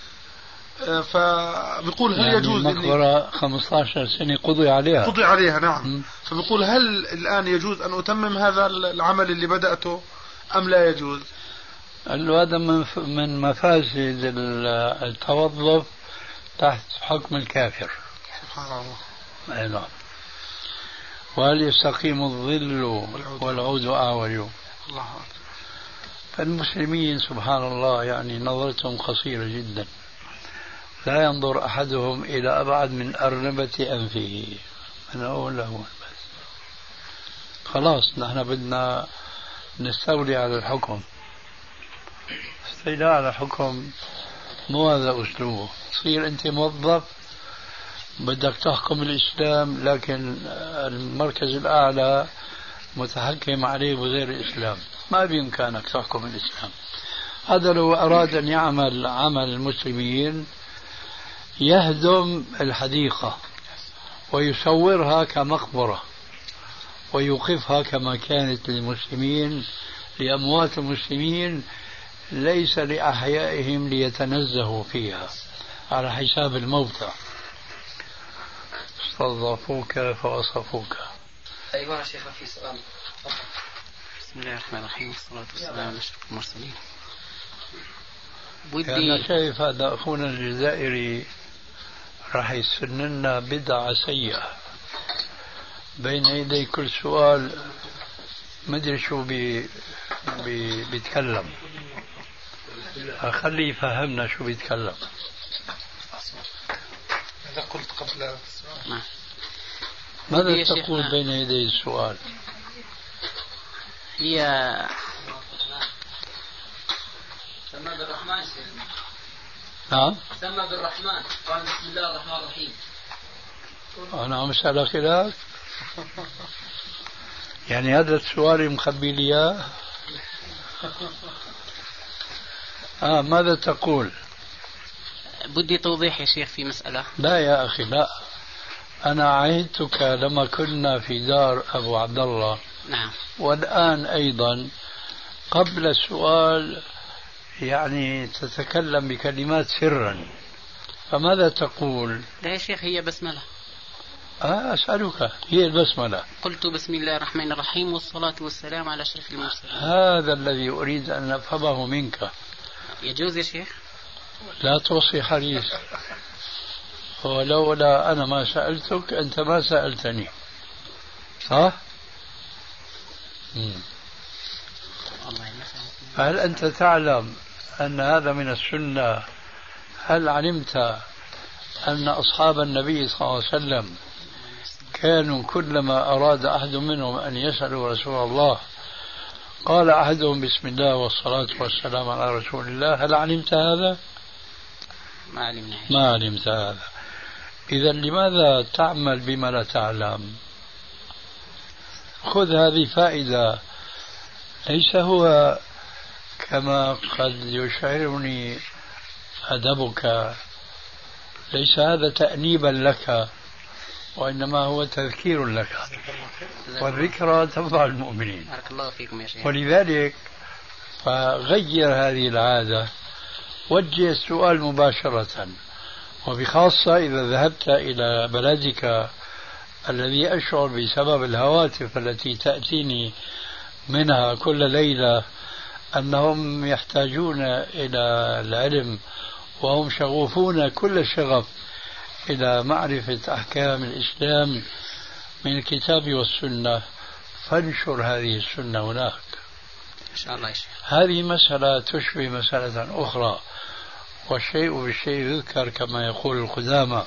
فبيقول هل يعني يجوز المقبرة خمسة عشر سنة قضي عليها قضي عليها نعم. م. فبيقول هل الآن يجوز أن أتمم هذا العمل اللي بدأته أم لا يجوز؟ قال له هذا من مفاسد التوظف تحت حكم الكافر. سبحان الله. أي نعم. وهل يستقيم الظل والعود أعوج. الله أكبر. فالمسلمين سبحان الله يعني نظرتهم قصيرة جدا، لا ينظر أحدهم إلى أبعد من أرنبة أنفه. أنا أقول له بس خلاص نحن بدنا نستولي على الحكم. استيلاء على الحكم مو هذا أسلوبه. تصير أنت موظف بدك تحكم الإسلام لكن المركز الأعلى متحكم عليه بغير الإسلام، ما بإمكانك تحكم الإسلام. هذا لو أراد أن يعمل عمل المسلمين يهدم الحديقة ويصورها كمقبرة ويوقفها كما كانت للمسلمين لأموات المسلمين ليس لأحيائهم ليتنزهوا فيها على حساب الموتى. استضافوك فوصفوك. أيوة يا شيخ في سؤال. بسم الله الرحمن الرحيم والصلاة والسلام على أشرف المرسلين. ودي أنا شايف هذا أخونا الجزائري راح يسننا بدعة سيئة بين يدي كل سؤال ما أدري شو بي بي بيتكلم. خليه يفهمنا شو بيتكلم. إذا قلت قبل السؤال. ماذا تقول بين يدي السؤال؟ هي سمى بالرحمن. نعم سمى بالرحمن، قال بسم الله الرحمن الرحيم. أنا عم أسألك إياك يعني هذا السؤال مخبي لي إياه. آه ماذا تقول؟ بدي توضيح يا شيخ في مسألة. لا يا أخي لا، أنا عهدتك لما كنا في دار أبو عبد الله. نعم. والآن أيضا قبل السؤال يعني تتكلم بكلمات سرا، فماذا تقول؟ لا يا شيخ هي بسملة. آه أسألك، هي البسملة. قلت بسم الله الرحمن الرحيم والصلاة والسلام على أشرف المرسلين. هذا الذي أريد أن أفهمه منك. يجوز يا شيخ؟ لا توصي حريص، ولولا أنا ما سألتك أنت ما سألتني، صح؟ هل أنت تعلم أن هذا من السنة؟ هل علمت أن أصحاب النبي صلى الله عليه وسلم كانوا كلما أراد أحد منهم أن يسألوا رسول الله قال أحدهم بسم الله والصلاة والسلام على رسول الله؟ هل علمت هذا؟ ما علمنا. ما علمت هذا. إذا لماذا تعمل بما لا تعلم؟ خذ هذه فائدة. ليس هو كما قد يشعرني أدبك، ليس هذا تأنيبا لك، وإنما هو تذكير لك، والذكرى تنفع المؤمنين. بارك الله فيكم يا شيخ. ولذلك فغير هذه العادة، وجه السؤال مباشرة، وبخاصة إذا ذهبت إلى بلدك الذي أشعر بسبب الهواتف التي تأتيني منها كل ليلة أنهم يحتاجون إلى العلم وهم شغوفون كل الشغف إلى معرفة أحكام الإسلام من الكتاب والسنة، فانشر هذه السنة هناك إن شاء الله يا شيخ. هذه مسألة تشبه مسألة أخرى، والشيء بالشيء يذكر كما يقول القدامى.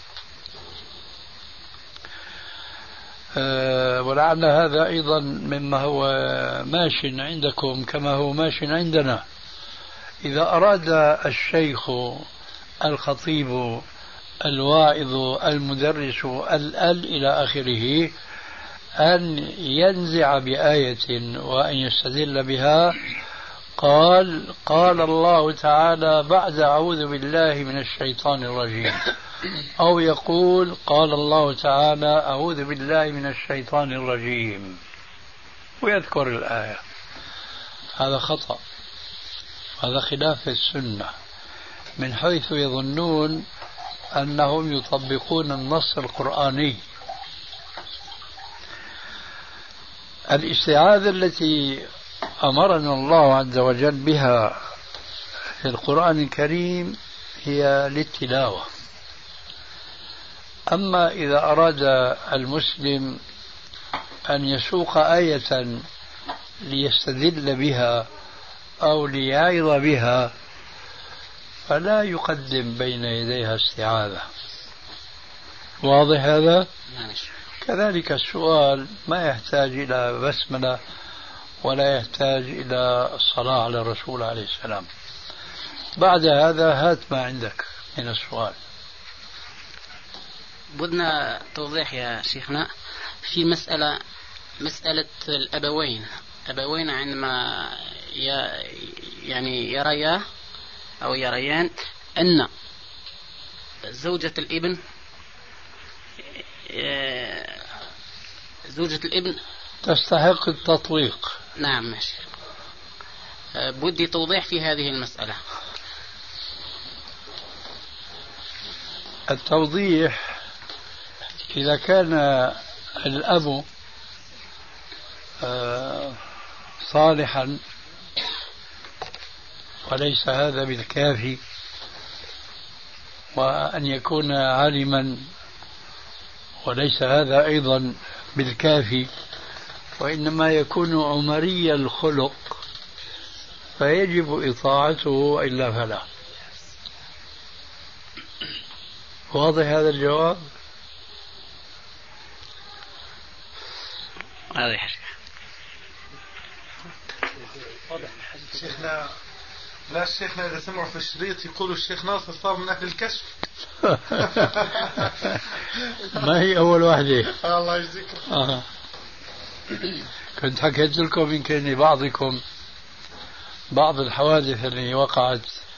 أه ولعل هذا أيضا مما هو ماش عندكم كما هو ماش عندنا. إذا أراد الشيخ الخطيب الواعظ المدرس الأل إلى آخره أن ينزع بآية وأن يستدل بها، قال قال الله تعالى بعد أعوذ بالله من الشيطان الرجيم، أو يقول قال الله تعالى أعوذ بالله من الشيطان الرجيم ويذكر الآية. هذا خطأ، هذا خلاف السنة، من حيث يظنون أنهم يطبقون النص القرآني. الاستعاذة التي أمرنا الله عز وجل بها في القرآن الكريم هي للتلاوة. أما إذا أراد المسلم أن يسوق آية ليستدل بها أو ليعظ بها فلا يقدم بين يديها استعاذة. واضح هذا؟ كذلك السؤال ما يحتاج إلى بسملة ولا يحتاج إلى الصلاة على الرسول عليه السلام. بعد هذا هات ما عندك من السؤال. بدنا توضيح يا شيخنا في مسألة مسألة الأبوين أبوين عندما يعني يريا أو يريان أن زوجة الابن زوجة الابن تستحق التطويق. نعم ماشي. بدي توضيح في هذه المسألة. التوضيح إذا كان الأب صالحا وليس هذا بالكافي، وأن يكون عالما وليس هذا أيضا بالكافي، وإنما يكون عمري الخلق فيجب إطاعته إلا فلا. واضح هذا الجواب؟ هذا يحكي شيخنا. لا شيخنا إذا سمعوا في الشريط يقولوا الشيخ ناصر صار من أهل الكشف. ما هي أول واحدة. الله يجزيك. آه. كنت حكيت لكم يمكن بعضكم بعض الحوادث اللي وقعت.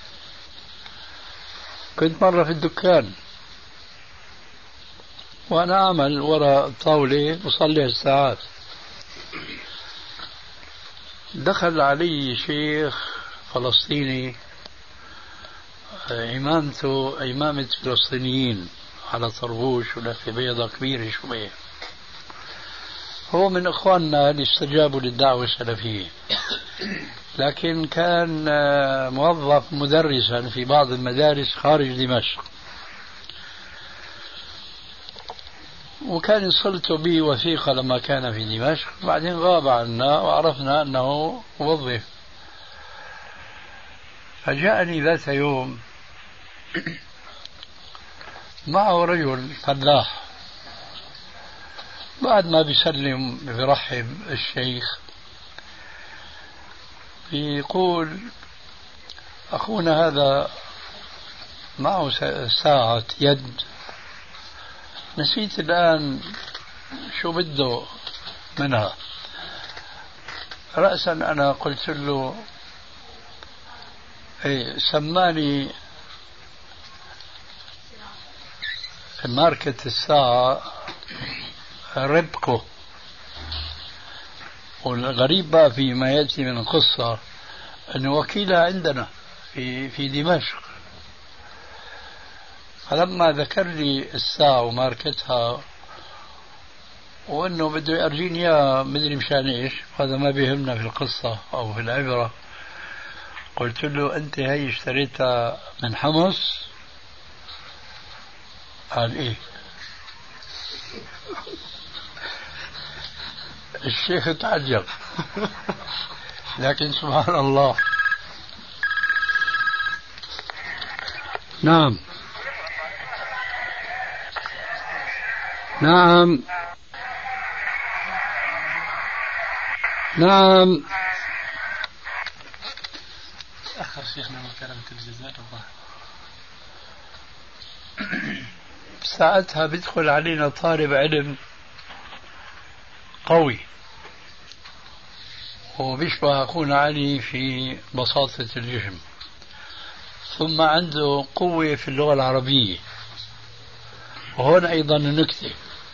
كنت مرة في الدكان وأنا أعمل وراء طاولة وصلي الساعات. دخل علي شيخ فلسطيني إمامته إمامة فلسطينيين على طربوش ولفة بيضة كبيرة شوية. هو من إخواننا اللي استجابوا للدعوة السلفية، لكن كان موظف مدرسا في بعض المدارس خارج دمشق، وكان يصلته به وثيقة لما كان في دمشق، بعدين غاب عنا وعرفنا أنه موظف. فجاءني ذات يوم معه رجل فلاح، بعد ما بيسلم بيرحب الشيخ بيقول أخونا هذا معه ساعة يد، نسيت الآن شو بده منها. رأسا أنا قلت له ايه سماني ماركة الساعة ريبكو، والغريب بقى فيما يأتي من القصة أن وكيلها عندنا في في دمشق. فلما ذكر لي الساعة وماركتها وأنه بده يرجيني إياها مدري مشان إيش، هذا ما بيهمنا في القصة أو في العبرة، قلت له أنت هي اشتريتها من حمص؟ قال إيه. الشيخ تعجب، لكن سبحان الله. نعم نعم نعم. تأخر شيخنا من كلمة الجزاء الله. ساعتها بيدخل علينا طالب علم قوي وبيشبه أخونا علي في بساطة الجسم، ثم عنده قوة في اللغة العربية. وهون أيضا النكتة،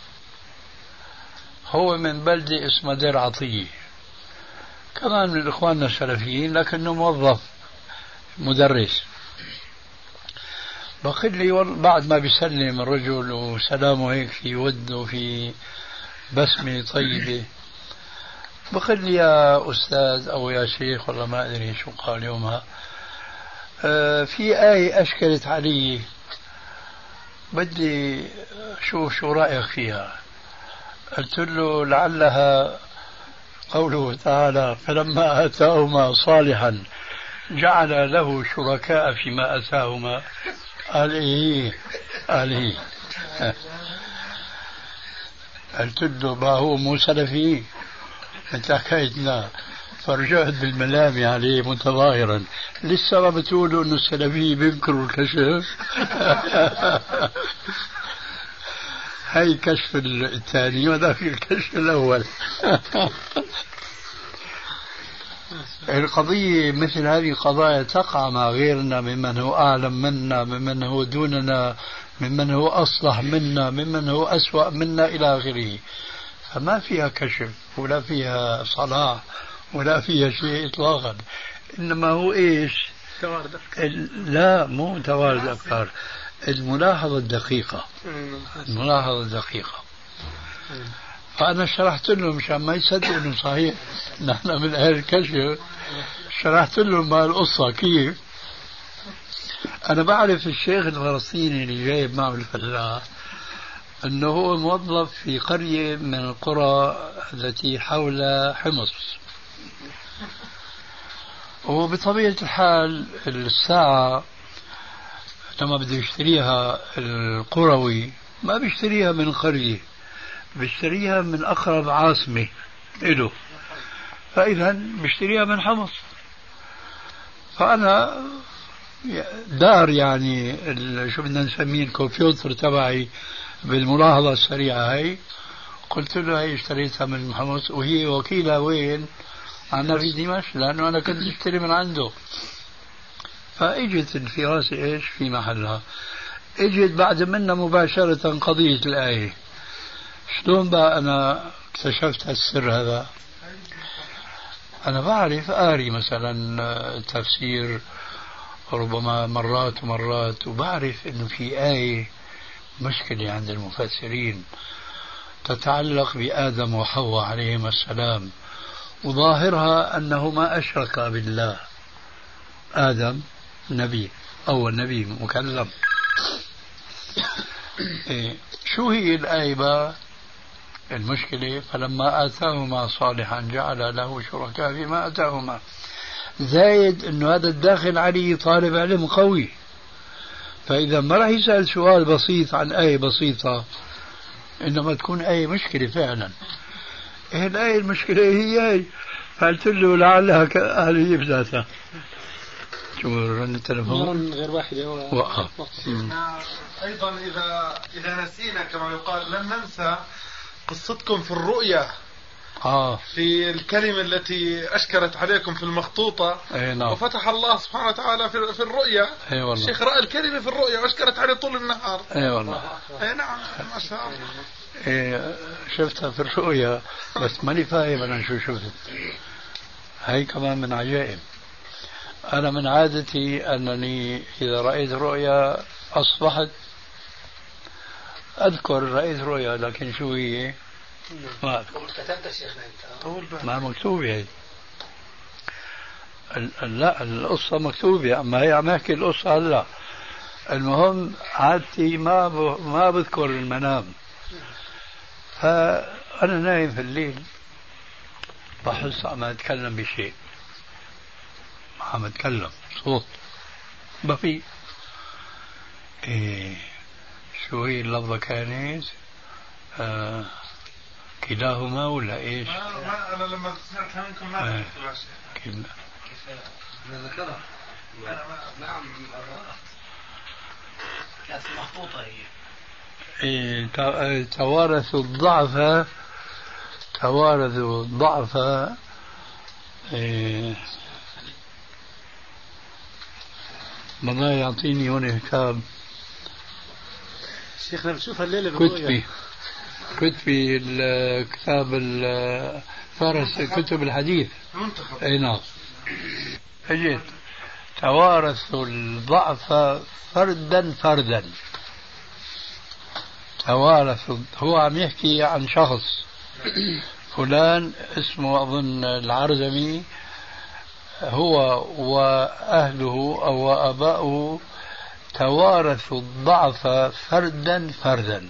هو من بلدة اسمها دير عطية، كمان من إخواننا السلفيين، لكنه موظف مدرس. بقول لي بعد ما بيسلم الرجل وسلامه هيك في ود وفي بسمة طيبة، بقول لي يا أستاذ أو يا شيخ والله ما أدري شو قال يومها، آه في آية أشكلت علي بدي شوف شو رأيك فيها. قلت له لعلها قوله تعالى فلما آتاهما صالحا جعل له شركاء فيما آتاهما. قال إيه قال إيه. قلت له ما هو مو سلفي انت حكيتنا، فرجعت بالملامة عليه متظاهرا، لسه ما بتقولوا انه السلفي بينكروا الكشف. هاي كشف الثاني وذاك الكشف الاول. القضية مثل هذه قضايا تقع مع غيرنا ممن هو أعلم منا، ممن هو دوننا، ممن هو أصلح منا، ممن هو أسوأ منا إلى آخره. فما فيها كشف ولا فيها صلاح ولا فيها شيء إطلاقا، إنما هو إيش؟ توارد أفكار. لا مو توارد أفكار، الملاحظة الدقيقة. الملاحظة الدقيقة. فأنا شرحت لهم مشان ما يصدقوا إنه صحيح نحن من أهل الكشف. شرحت لهم ما القصة كيف. أنا بعرف الشيخ الفلسطيني اللي جايب معه الفلاح أنه هو موظف في قرية من القرى التي حول حمص، وبطبيعة الحال الساعة لما بده يشتريها القروي ما بيشتريها من قرية، بيشتريها من أقرب عاصمة إله، فإذا بشتريها من حمص. فأنا دار يعني شو بدنا نسميه الكمبيوتر تبعي بالملاحظة السريعة هي، قلت له هي اشتريتها من حمص وهي وكيلة وين؟ عنا في دمشق، لأنه أنا كنت اشتري من عنده. فاجت الفراسة ايش في محلها. اجت بعد منا مباشرة قضية الآية. شلون بقى أنا اكتشفت السر هذا؟ أنا بعرف آري مثلا تفسير ربما مرات ومرات، وبعرف إنه في آية مشكلة عند المفسرين تتعلق بآدم وحواء عليهما السلام، وظاهرها أنه ما أشرك بالله. آدم نبي، أول نبي مكلم. إيه شو هي الآية بقى؟ المشكلة فلما آتاهما صالحا جعل له شركاء فيما آتاهما. زايد أنه هذا الداخل عليه طالب علم قوي، فإذا ما راح يسأل سؤال بسيط عن آية بسيطة، إنما تكون آية مشكلة فعلا. إيه الآية المشكلة هي هي. فقلت له لعلها كأهلية بذاتها. شو رن التلفون؟ غير واحدة وقف. أيضا إذا إذا نسينا كما يقال لن ننسى قصتكم في الرؤيا. آه. في الكلمة التي أشكرت عليكم في المخطوطة. أي نعم. وفتح الله سبحانه وتعالى في, في الرؤيا. أي والله. الشيخ رأى الكلمة في الرؤيا وأشكرت عليه طول النهار. أي والله. أي نعم ما شاء الله. إيه شفتها في الرؤيا بس ماني فاهم أنا شو شفت. هاي كمان من عجائب. أنا من عادتي أنني إذا رأيت رؤيا أصبحت أذكر رأيت رؤيا، لكن شو هي ما أذكر. كتبت شيخنا أنت؟ ما مكتوبة هي. لا القصة مكتوبة، أما هي عم أحكي القصة هلا. المهم عادتي ما ب... ما بذكر المنام. فأنا نايم في الليل بحس عم أتكلم بشيء، عم أتكلم صوت بفي. إيه شو هي اللفظة كانت؟ آه كلاهما ولا إيش؟ ما أنا لما سمعتها منكم ما آه. كيف ذكرها؟ نعم كانت محطوطة هي. إيه توارثوا الضعف توارثوا الضعف إيه ما يعطيني هون كتاب شيخنا بنشوفها الليلة كتبي كتبي الكتاب فارس كتب الحديث منتخب. اي نعم. اجيت توارثوا الضعف فردا فردا. توارثوا، هو عم يحكي عن شخص فلان اسمه أظن العرزمي، هو وأهله أو آباؤه توارثوا الضعف فردا فردا.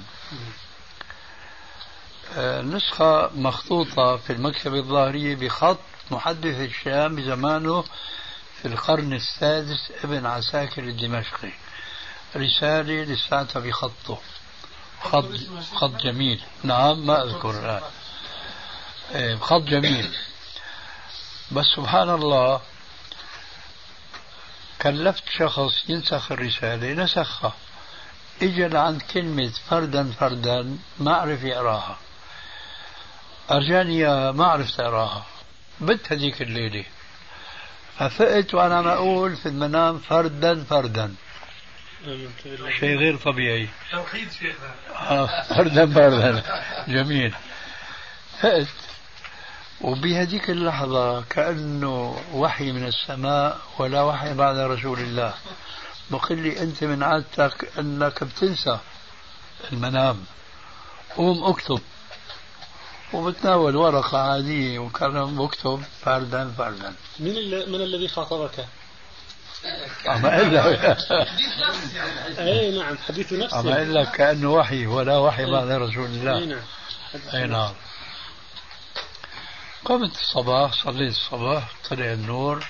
نسخة مخطوطة في المكتبة الظاهرية بخط محدث الشام بزمانه في القرن السادس ابن عساكر الدمشقي، رسالة لساتها بخطه، خط خط جميل. نعم ما أذكر الآن. إيه خط جميل. بس سبحان الله كلفت شخص ينسخ الرسالة نسخها، اجى عند كلمة فردا فردا ما أعرف يقراها، أرجاني ما عرفت أقراها، بت هذيك الليلة ففقت وأنا ما أقول في المنام فردا فردا، شيء غير طبيعي. توحيد شيخنا. آه فردا فردا جميل. فقت وبهذيك اللحظة كأنه وحي من السماء ولا وحي بعد رسول الله بقول لي أنت من عادتك أنك بتنسى المنام، قوم اكتب. وبتناول ورقة عادية وكلام بكتب فردا فردا. من, من الذي خاطبك؟ أما إلا أي نعم حديث نفسه. أما إلا كأنه وحي ولا وحي بعد رسول الله. أي نعم. أي نعم. قمت الصباح صليت الصباح طلع النور.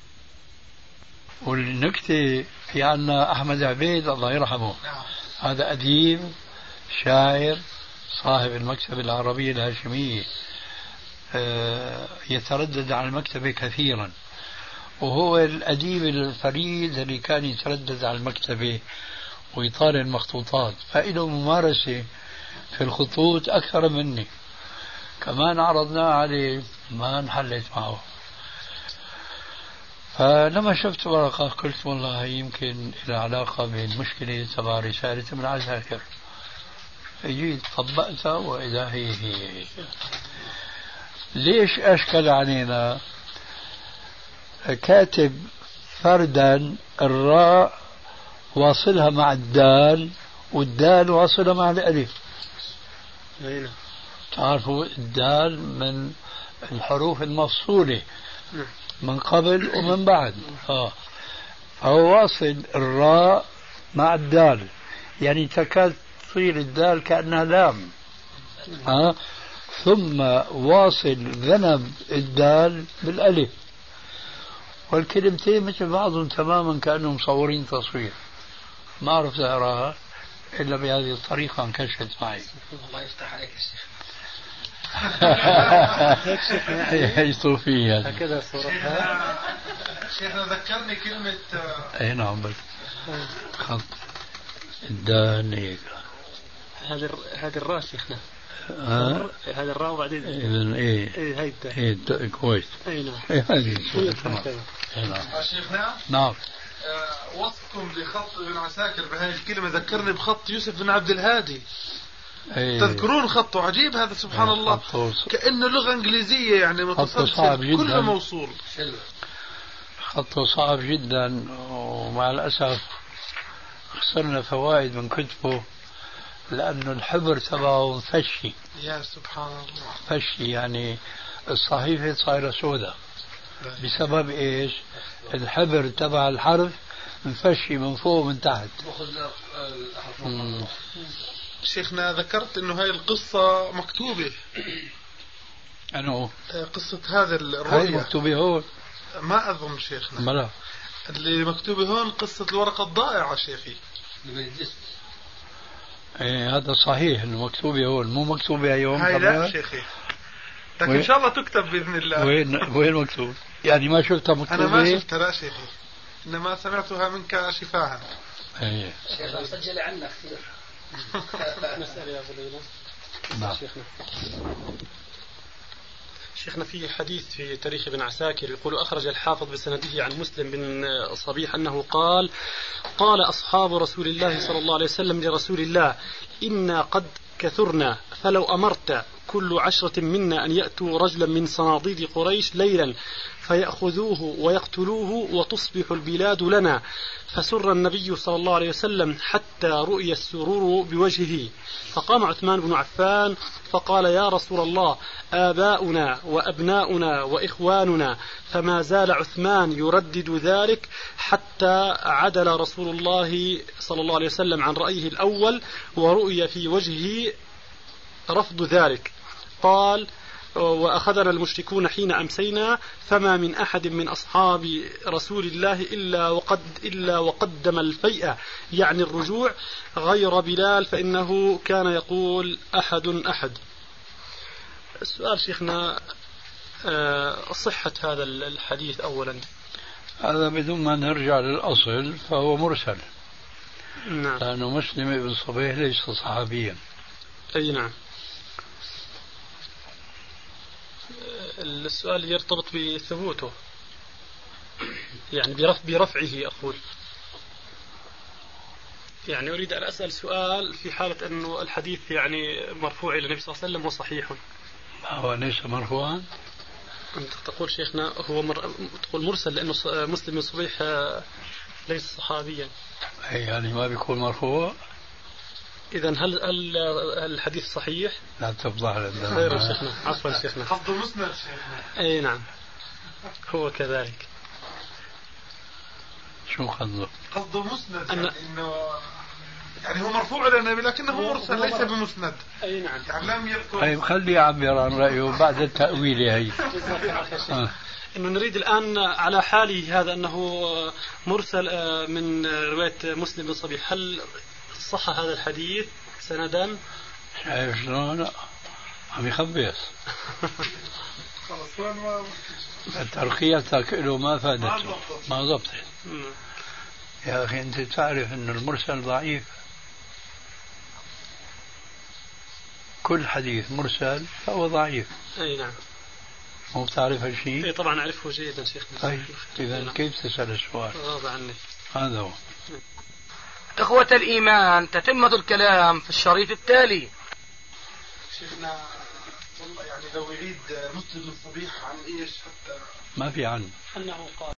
والنكتة في عنا أحمد عبيد الله يرحمه، هذا أديب شاعر صاحب المكتبة العربية الهاشمية، يتردد على المكتبة كثيرا، وهو الأديب الفريد اللي كان يتردد على المكتبة ويطالع المخطوطات، فإله ممارسة في الخطوط أكثر مني. كمان عرضنا عليه ما انحلت معه، فلما شفت ورقة قلت والله يمكن لها علاقة بالمشكلة تبع رسالة ابن عساكر. جيت طبقتها وإذا هي هي. ليش أشكل علينا؟ كاتب فردا الراء واصلها مع الدال والدال واصلها مع الألف. تعرفوا الدال من الحروف المفصولة من قبل ومن بعد، آه. فهو واصل الراء مع الدال، يعني تكاد تصير الدال كأنها لام، آه. ثم واصل ذنب الدال بالألف، والكلمتين مثل بعضهم تماما كأنهم مصورين تصوير. ما عرفت أقراها إلا بهذه الطريقة انكشفت معي. الله يفتح عليك يا شيخ. هي صوفية هكذا صورتها. شيخنا ذكرني كلمة. اي نعم بس خط الدال هيك. هذا هذا الراء شيخنا. ها هذا الراء وبعدين اذا ايه ايه هاي ايه كويس. اي نعم. ايه هذه نعم. شيخنا نعم. آه وصفكم لخط ابن عساكر بهذه الكلمة ذكرني بخط يوسف بن عبد الهادي. أيه. تذكرون خطه عجيب هذا سبحان أيه. الله، كأنه لغة إنجليزية يعني متسلسل كله موصول. خطه صعب جدا، ومع الأسف خسرنا فوائد من كتبه لأنه الحبر تبعه فشي. يا سبحان الله. فشي يعني الصحيفة صايرة سوداء بسبب إيش؟ الحبر تبع الحرف مفشي من فوق ومن تحت. شيخنا ذكرت انه هاي القصة مكتوبة. أنه قصة هذا الرؤيا هاي مكتوبة هون؟ ما أظن شيخنا. ملا اللي مكتوبة هون قصة الورقة الضائعة شيخي. ايه هذا صحيح انه مكتوبة هون، مو مكتوبة يوم. هاي لا شيخي، لكن ان شاء الله تكتب باذن الله. وين وين مكتوب؟ يعني ما شفتها مكتوبة؟ انا ما شفتها لا شيخي، انما سمعتها منك شفاها. ايه شيخ مسجل عنا كثير. مسألة يا ابو نعم. شيخنا شيخنا في حديث في تاريخ ابن عساكر يقول أخرج الحافظ بسنده عن مسلم بن صبيح أنه قال قال أصحاب رسول الله صلى الله عليه وسلم لرسول الله إنا قد كثرنا فلو أمرت كل عشرة منا أن يأتوا رجلا من صناديد قريش ليلا فيأخذوه ويقتلوه وتصبح البلاد لنا. فسر النبي صلى الله عليه وسلم حتى رؤي السرور بوجهه، فقام عثمان بن عفان فقال يا رسول الله آباؤنا وأبناؤنا وإخواننا، فما زال عثمان يردد ذلك حتى عدل رسول الله صلى الله عليه وسلم عن رأيه الأول ورؤي في وجهه رفض ذلك. قال وأخذنا المشركون حين أمسينا فما من أحد من أصحاب رسول الله إلا وقد إلا وقدم الفيئة يعني الرجوع غير بلال فإنه كان يقول أحد أحد. السؤال شيخنا صحة هذا الحديث أولا. هذا بدون ما نرجع للأصل فهو مرسل. نعم. لأنه مسلم بن صبيح ليس صحابيا. أي نعم. السؤال يرتبط بثبوته يعني برف برفعه أقول، يعني أريد أن أسأل سؤال في حالة أنه الحديث يعني مرفوع إلى النبي صلى الله عليه وسلم وصحيح. هو ليس مرفوعا؟ أنت تقول شيخنا هو مر... تقول مرسل لأنه مسلم بن صبيح ليس صحابيا. أي يعني ما بيكون مرفوع؟ إذا هل هل الحديث صحيح؟ لا تفضح لنا. خير شيخنا، عفوا شيخنا. قصده مسند شيخنا. أي نعم هو كذلك. شو قصده؟ قصده مسند أن... يعني إنه يعني هو مرفوع إلى النبي لكنه مرسل ليس بمسند. أي نعم. يعني لم يذكر. طيب خليه يعبر عن رأيه بعد التأويل هي. آه. إنه نريد الآن على حاله هذا أنه مرسل من رواية مسلم بن صبيح، هل صح هذا الحديث سندا؟ شايف شلون؟ عم يخبص. خلص ما ترقيتك له ما فادته ما ضبطت. يا أخي أنت تعرف أن المرسل ضعيف. كل حديث مرسل فهو ضعيف. أي نعم. مو بتعرف هالشيء؟ اي طبعا أعرفه جيدا شيخ. طيب إذا كيف تسأل السؤال؟ غاب عني. هذا هو. إخوة الإيمان، تتمة الكلام في الشريط التالي. شيخنا والله يعني لو يعيد مسلم الصبيح عن ايش حتى ما في عنه. أنه قال